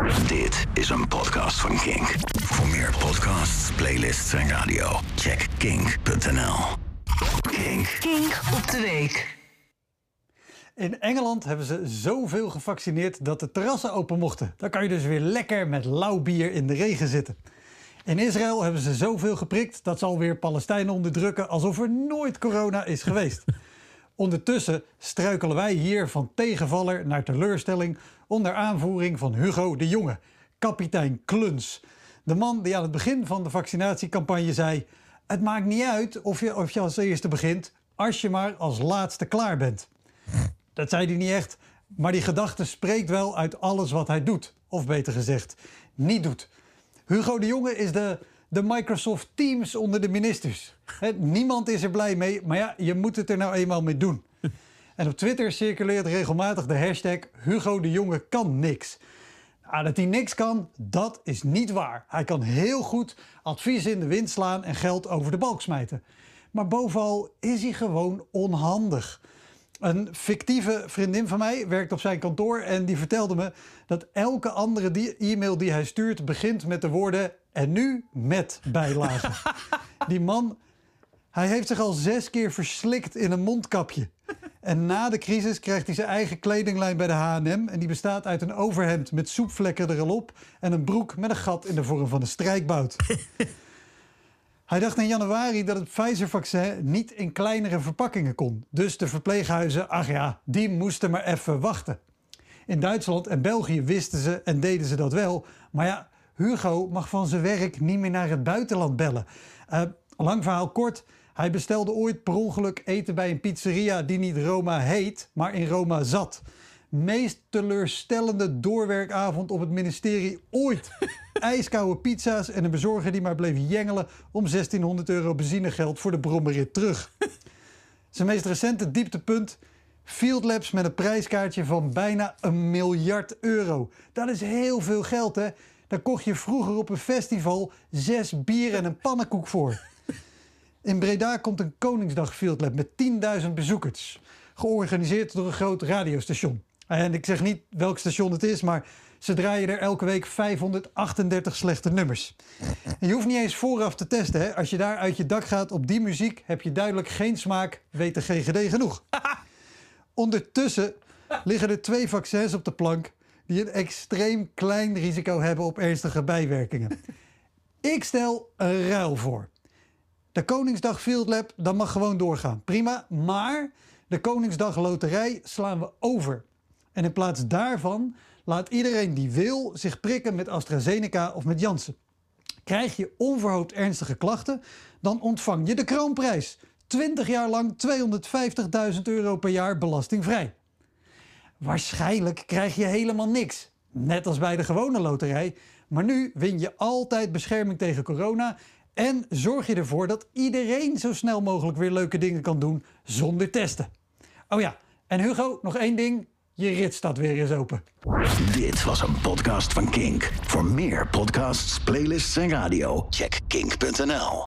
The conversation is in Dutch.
Dit is een podcast van Kink. Voor meer podcasts, playlists en radio, check kink.nl. Kink op de week. In Engeland hebben ze zoveel gevaccineerd dat de terrassen open mochten. Dan kan je dus weer lekker met lauw bier in de regen zitten. In Israël hebben ze zoveel geprikt dat ze alweer Palestijnen onderdrukken alsof er nooit corona is geweest. Ondertussen struikelen wij hier van tegenvaller naar teleurstelling onder aanvoering van Hugo de Jonge, kapitein Kluns. De man die aan het begin van de vaccinatiecampagne zei: het maakt niet uit of je als eerste begint, als je maar als laatste klaar bent. Dat zei hij niet echt, maar die gedachte spreekt wel uit alles wat hij doet. Of beter gezegd, niet doet. Hugo de Jonge is de Microsoft Teams onder de ministers. Niemand is er blij mee, maar ja, je moet het er nou eenmaal mee doen. En op Twitter circuleert regelmatig de hashtag Hugo de Jonge kan niks. Nou, dat hij niks kan, dat is niet waar. Hij kan heel goed advies in de wind slaan en geld over de balk smijten. Maar bovenal is hij gewoon onhandig. Een fictieve vriendin van mij werkt op zijn kantoor en die vertelde me dat elke andere e-mail die hij stuurt begint met de woorden en nu met bijlagen. Die man, hij heeft zich al 6 keer verslikt in een mondkapje. En na de crisis krijgt hij zijn eigen kledinglijn bij de H&M en die bestaat uit een overhemd met soepvlekken erop en een broek met een gat in de vorm van een strijkbout. Hij dacht in januari dat het Pfizer-vaccin niet in kleinere verpakkingen kon. Dus de verpleeghuizen, ach ja, die moesten maar even wachten. In Duitsland en België wisten ze en deden ze dat wel. Maar ja, Hugo mag van zijn werk niet meer naar het buitenland bellen. Lang verhaal kort, hij bestelde ooit per ongeluk eten bij een pizzeria die niet Roma heet, maar in Roma zat. Meest teleurstellende doorwerkavond op het ministerie ooit. IJskoude pizza's en een bezorger die maar bleef jengelen om €1600 benzinegeld voor de brommerrit terug. Zijn meest recente dieptepunt: Field Labs met een prijskaartje van bijna €1 miljard. Dat is heel veel geld, hè? Daar kocht je vroeger op een festival 6 bier en een pannenkoek voor. In Breda komt een Koningsdag Field Lab met 10.000 bezoekers. Georganiseerd door een groot radiostation. En ik zeg niet welk station het is, maar ze draaien er elke week 538 slechte nummers. En je hoeft niet eens vooraf te testen, hè? Als je daar uit je dak gaat op die muziek, heb je duidelijk geen smaak, weet de GGD genoeg. Ondertussen liggen er 2 vaccins op de plank die een extreem klein risico hebben op ernstige bijwerkingen. Ik stel een ruil voor. De Koningsdag Field Lab, dat mag gewoon doorgaan. Prima, maar de Koningsdag Loterij slaan we over. En in plaats daarvan laat iedereen die wil zich prikken met AstraZeneca of met Janssen. Krijg je onverhoopt ernstige klachten, dan ontvang je de kroonprijs. 20 jaar lang €250.000 per jaar belastingvrij. Waarschijnlijk krijg je helemaal niks. Net als bij de gewone loterij. Maar nu win je altijd bescherming tegen corona en zorg je ervoor dat iedereen zo snel mogelijk weer leuke dingen kan doen zonder testen. Oh ja, en Hugo, nog 1 ding. Je rit staat weer eens open. Dit was een podcast van Kink. Voor meer podcasts, playlists en radio, check kink.nl.